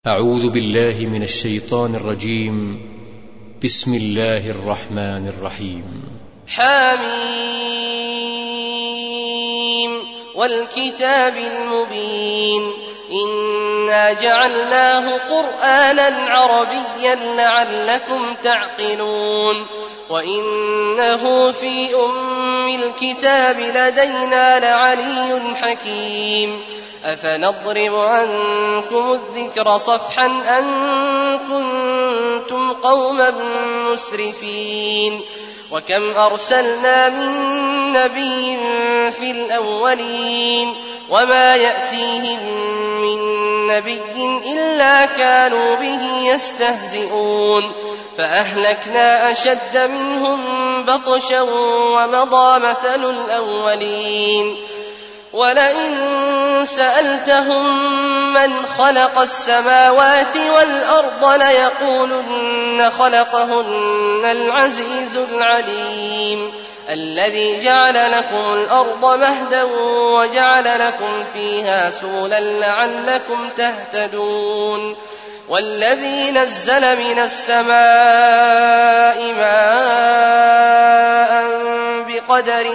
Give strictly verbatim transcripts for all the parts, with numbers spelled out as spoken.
أعوذ بالله من الشيطان الرجيم. بسم الله الرحمن الرحيم. حميم والكتاب المبين إنا جعلناه قرآنا عربيا لعلكم تعقلون وإنه في أم الكتاب لدينا لعلي حكيم أفنضرب عنكم الذكر صفحا أن كنتم قوما مسرفين وكم أرسلنا من نبي في الأولين وما يأتيهم من نبي إلا كانوا به يستهزئون فأهلكنا أشد منهم بطشا ومضى مثل الأولين ولئن سألتهم من خلق السماوات والأرض ليقولن خلقهن العزيز العليم الذي جعل لكم الأرض مهدا وجعل لكم فيها سبلا لعلكم تهتدون والذي نزل من السماء ماء بقدر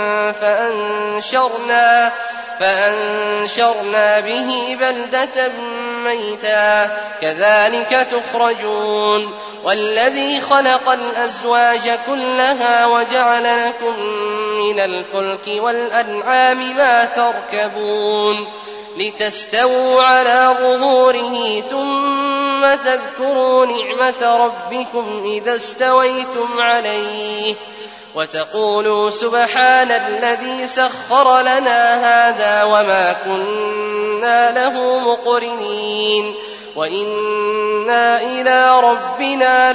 فأنشرنا, فأنشرنا به بلدة ميتا كذلك تخرجون والذي خلق الأزواج كلها وجعل لكم من الفلك والأنعام ما تركبون لتستووا على ظهوره ثم تذكروا نعمة ربكم إذا استويتم عليه وتقولوا سبحان الذي سخر لنا هذا وما كنا له مقرنين وإنا إلى ربنا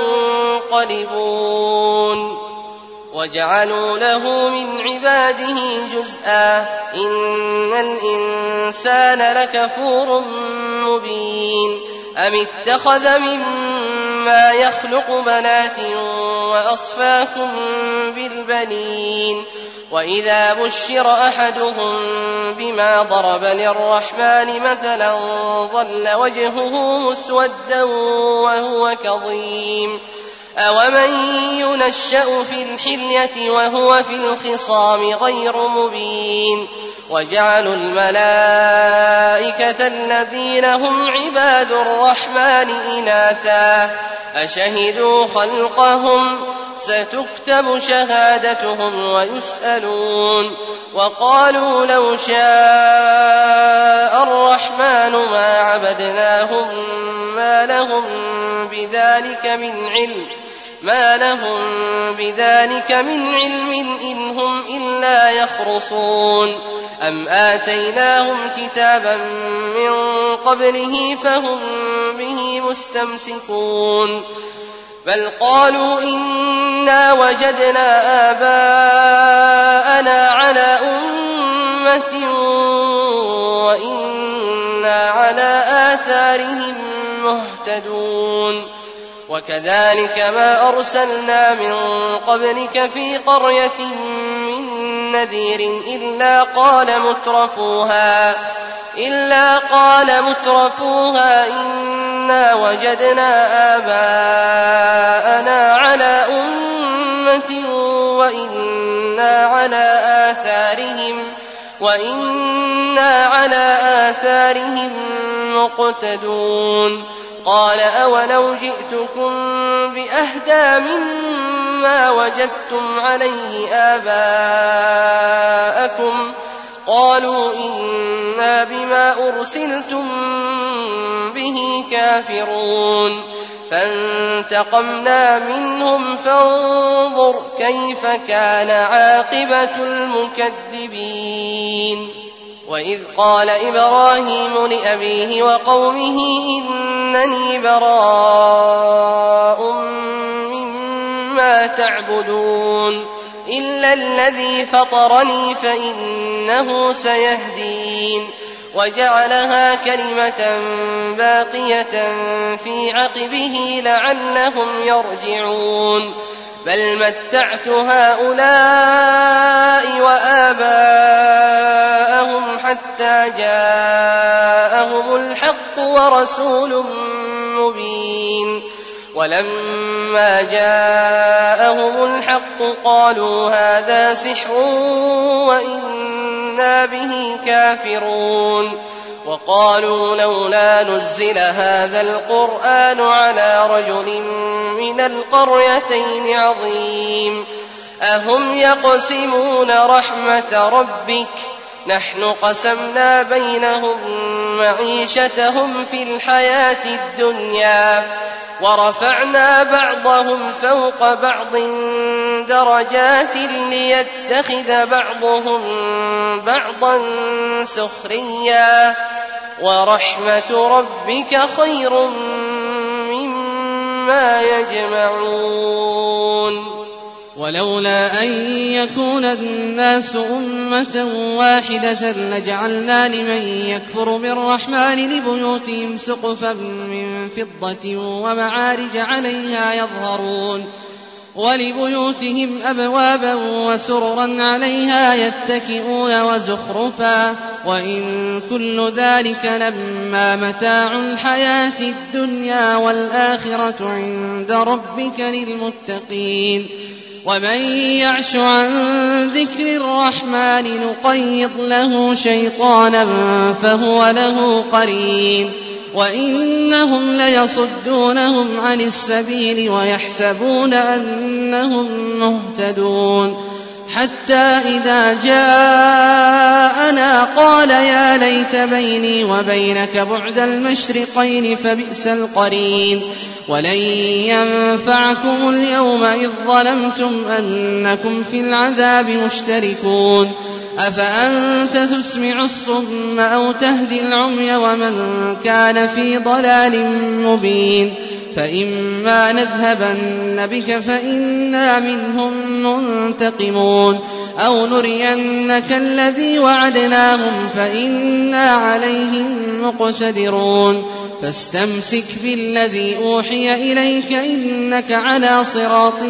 لمنقلبون وجعلوا له من عباده جزءا إن الإنسان لكفور مبين أم اتخذ مما يخلق بنات وأصفاكم بالبنين وإذا بشر أحدهم بما ضرب للرحمن مثلا ظل وجهه مسودا وهو كظيم أومن ينشأ في الحلية وهو في الخصام غير مبين وجعلوا الملائكة الذين هم عباد الرحمن إناثا أشهدوا خلقهم ستكتب شهادتهم ويسألون وقالوا لو شاء الرحمن ما عبدناهم ما لهم بذلك من علم ما لهم بذلك من علم إن هم إلا يخرصون أم آتيناهم كتابا من قبله فهم به مستمسكون بل قالوا إنا وجدنا آباءنا على أمة وإنا على آثارهم مهتدون وكذلك ما أرسلنا من قبلك في قرية من نذير إلا قال مترفوها إلا قال مترفوها إنا وجدنا آباءنا على أمة وإنا على آثارهم وإنا على آثارهم مقتدون قال أولو جئتكم بأهدى مما وجدتم عليه آباءكم قالوا إنا بما أرسلتم به كافرون فانتقمنا منهم فانظر كيف كان عاقبة المكذبين وإذ قال إبراهيم لأبيه وقومه إنني براء مما تعبدون إلا الذي فطرني فإنه سيهدين وجعلها كلمة باقية في عقبه لعلهم يرجعون بل متعت هؤلاء وآباءهم حتى جاءهم الحق ورسول مبين ولما جاءهم الحق قالوا هذا سحر وإنا به كافرون وقالوا لولا نزل هذا القرآن على رجل من القريتين عظيم أهم يقسمون رحمة ربك نحن قسمنا بينهم معيشتهم في الحياة الدنيا ورفعنا بعضهم فوق بعض درجات ليتخذ بعضهم بعضا سخريا ورحمة ربك خير مما يجمعون ولولا أن يكون الناس أمة واحدة لجعلنا لمن يكفر بالرحمن لبيوتهم سقفا من فضة ومعارج عليها يظهرون ولبيوتهم أبوابا وسررا عليها يتكئون وزخرفا وإن كل ذلك لما متاع الحياة الدنيا والآخرة عند ربك للمتقين ومن يعش عن ذكر الرحمن نقيض له شيطانا فهو له قرين وإنهم ليصدونهم عن السبيل ويحسبون أنهم مهتدون حتى إذا جاءنا قال يا ليت بيني وبينك بعد المشرقين فبئس القرين ولن ينفعكم اليوم إذ ظلمتم أنكم في العذاب مشتركون أفأنت تسمع الصم أو تهدي العمي ومن كان في ضلال مبين فإما نذهبن بك فإنا منهم منتقمون أو نرينك الذي وعدناهم فإنا عليهم مقتدرون فاستمسك بالذي أوحي إليك إنك على صراط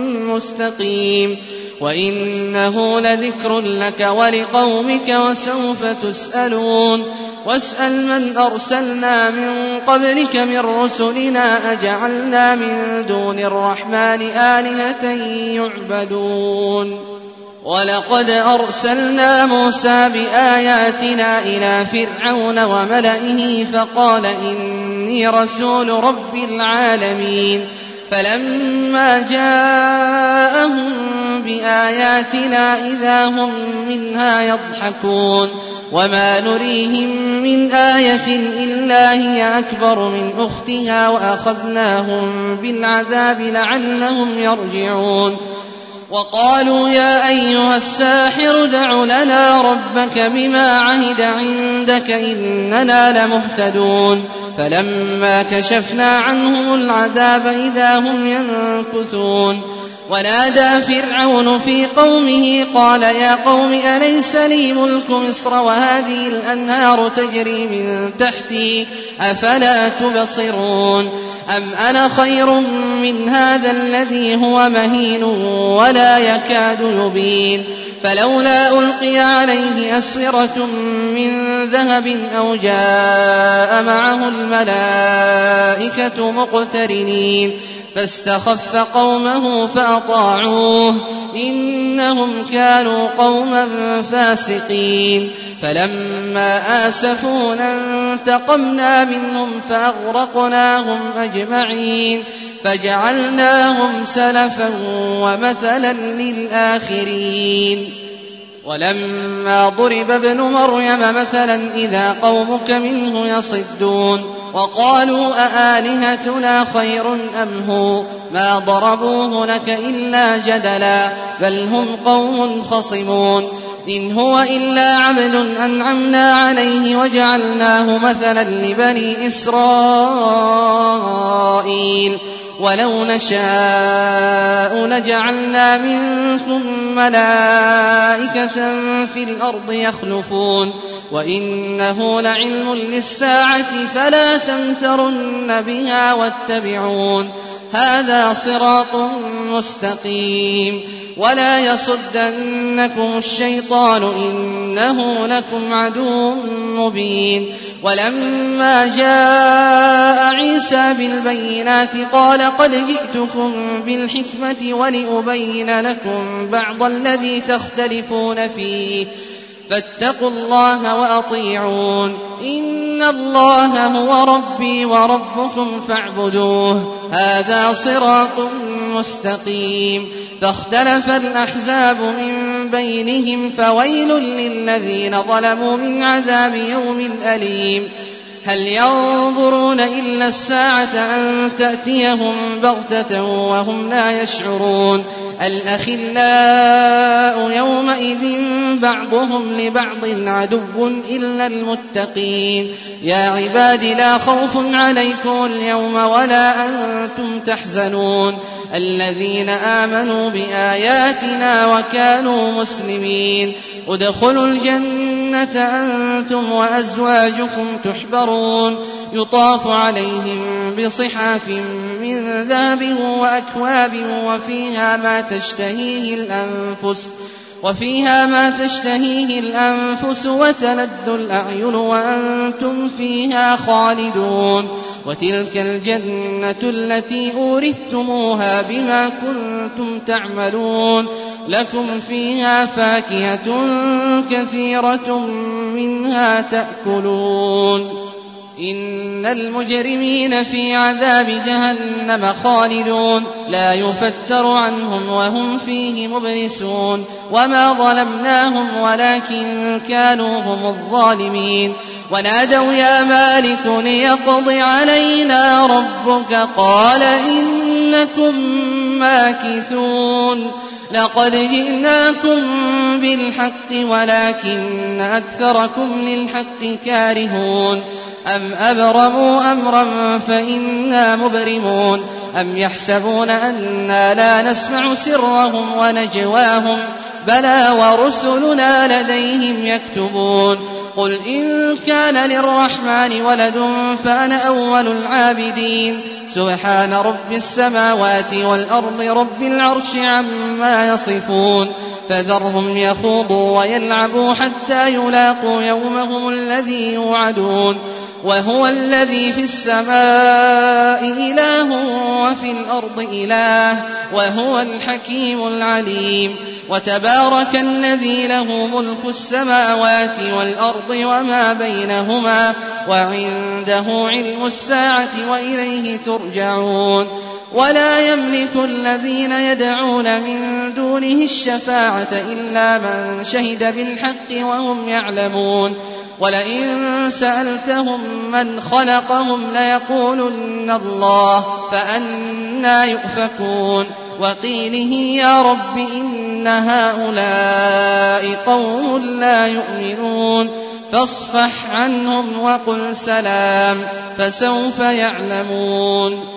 مستقيم وإنه لذكر لك ولقومك وسوف تسألون واسأل من أرسلنا من قبلك من رسلنا أجعلنا من دون الرحمن آلهة يعبدون ولقد أرسلنا موسى بآياتنا إلى فرعون وملئه فقال إني رسول رب العالمين فلما جاءهم بآياتنا إذا هم منها يضحكون وما نريهم من آية إلا هي أكبر من أختها وأخذناهم بالعذاب لعلهم يرجعون وقالوا يا أيها الساحر دع لنا ربك بما عهد عندك إننا لمهتدون فلما كشفنا عنهم العذاب إذا هم ينكثون ونادى فرعون في قومه قال يا قوم أليس لي ملك مصر وهذه الأنهار تجري من تحتي أفلا تبصرون أم أنا خير من هذا الذي هو مهين ولا يكاد يبين فلولا ألقي عليه أسورة من ذهب أو جاء معه الملائكة مقترنين فاستخف قومه فأطاعوه إنهم كانوا قوما فاسقين فلما آسفونا انتقمنا منهم فأغرقناهم أجمعين فجعلناهم سلفا ومثلا للآخرين ولما ضرب ابن مريم مثلا إذا قومك منه يصدون وقالوا أآلهتنا خير أم هو ما ضربوه لك إلا جدلا بل هم قوم خصمون إن هو إلا عبد أنعمنا عليه وجعلناه مثلا لبني إسرائيل ولو نشاء لجعلنا منكم ملائكة في الأرض يخلفون وإنه لعلم للساعة فلا تمترن بها واتبعون هذا صراط مستقيم ولا يصدنكم الشيطان إنه لكم عدو مبين. ولما جاء عيسى بالبينات قال قد جئتكم بالحكمة ولأبين لكم بعض الذي تختلفون فيه فاتقوا الله وأطيعون إن الله هو ربي وربكم فاعبدوه هذا صراط مستقيم. فاختلف الأحزاب من بينهم فويل للذين ظلموا من عذاب يوم أليم. هل ينظرون إلا الساعة أن تأتيهم بغتة وهم لا يشعرون الأخلاء يومئذ بعضهم لبعض عدو إلا المتقين. يا عباد لا خوف عليكم اليوم ولا أنتم تحزنون الذين آمنوا بآياتنا وكانوا مسلمين ادخلوا الجنة أنتم وأزواجكم تحبرون يطاف عليهم بصحاف من ذهب وأكواب وفيها ما تشتهيه الأنفس وفيها ما تشتهيه الأنفس وتلذ الأعين وأنتم فيها خالدون وتلك الجنة التي أورثتموها بما كنتم تعملون لكم فيها فاكهة كثيرة منها تأكلون إن المجرمين في عذاب جهنم خالدون لا يفتر عنهم وهم فيه مبلسون وما ظلمناهم ولكن كانوا هم الظالمين. ونادوا يا مالك ليقض علينا ربك قال إنكم ماكثون لقد جئناكم بالحق ولكن أكثركم للحق كارهون أم أبرموا أمرا فإنا مبرمون أم يحسبون أنا لا نسمع سرهم ونجواهم بلى ورسلنا لديهم يكتبون. قل إن كان للرحمن ولد فأنا أول العابدين سبحان رب السماوات والأرض رب العرش عما يصفون فذرهم يخوضوا ويلعبوا حتى يلاقوا يومهم الذي يوعدون وهو الذي في السماء إله وفي الأرض إله وهو الحكيم العليم. وتبارك الذي له ملك السماوات والأرض وما بينهما وعنده علم الساعة وإليه ترجعون. ولا يملك الذين يدعون من دونه الشفاعة إلا من شهد بالحق وهم يعلمون. ولئن سألتهم من خلقهم ليقولن الله فأنى يؤفكون. وقيله يا رب إن هؤلاء قوم لا يؤمنون فاصفح عنهم وقل سلام فسوف يعلمون.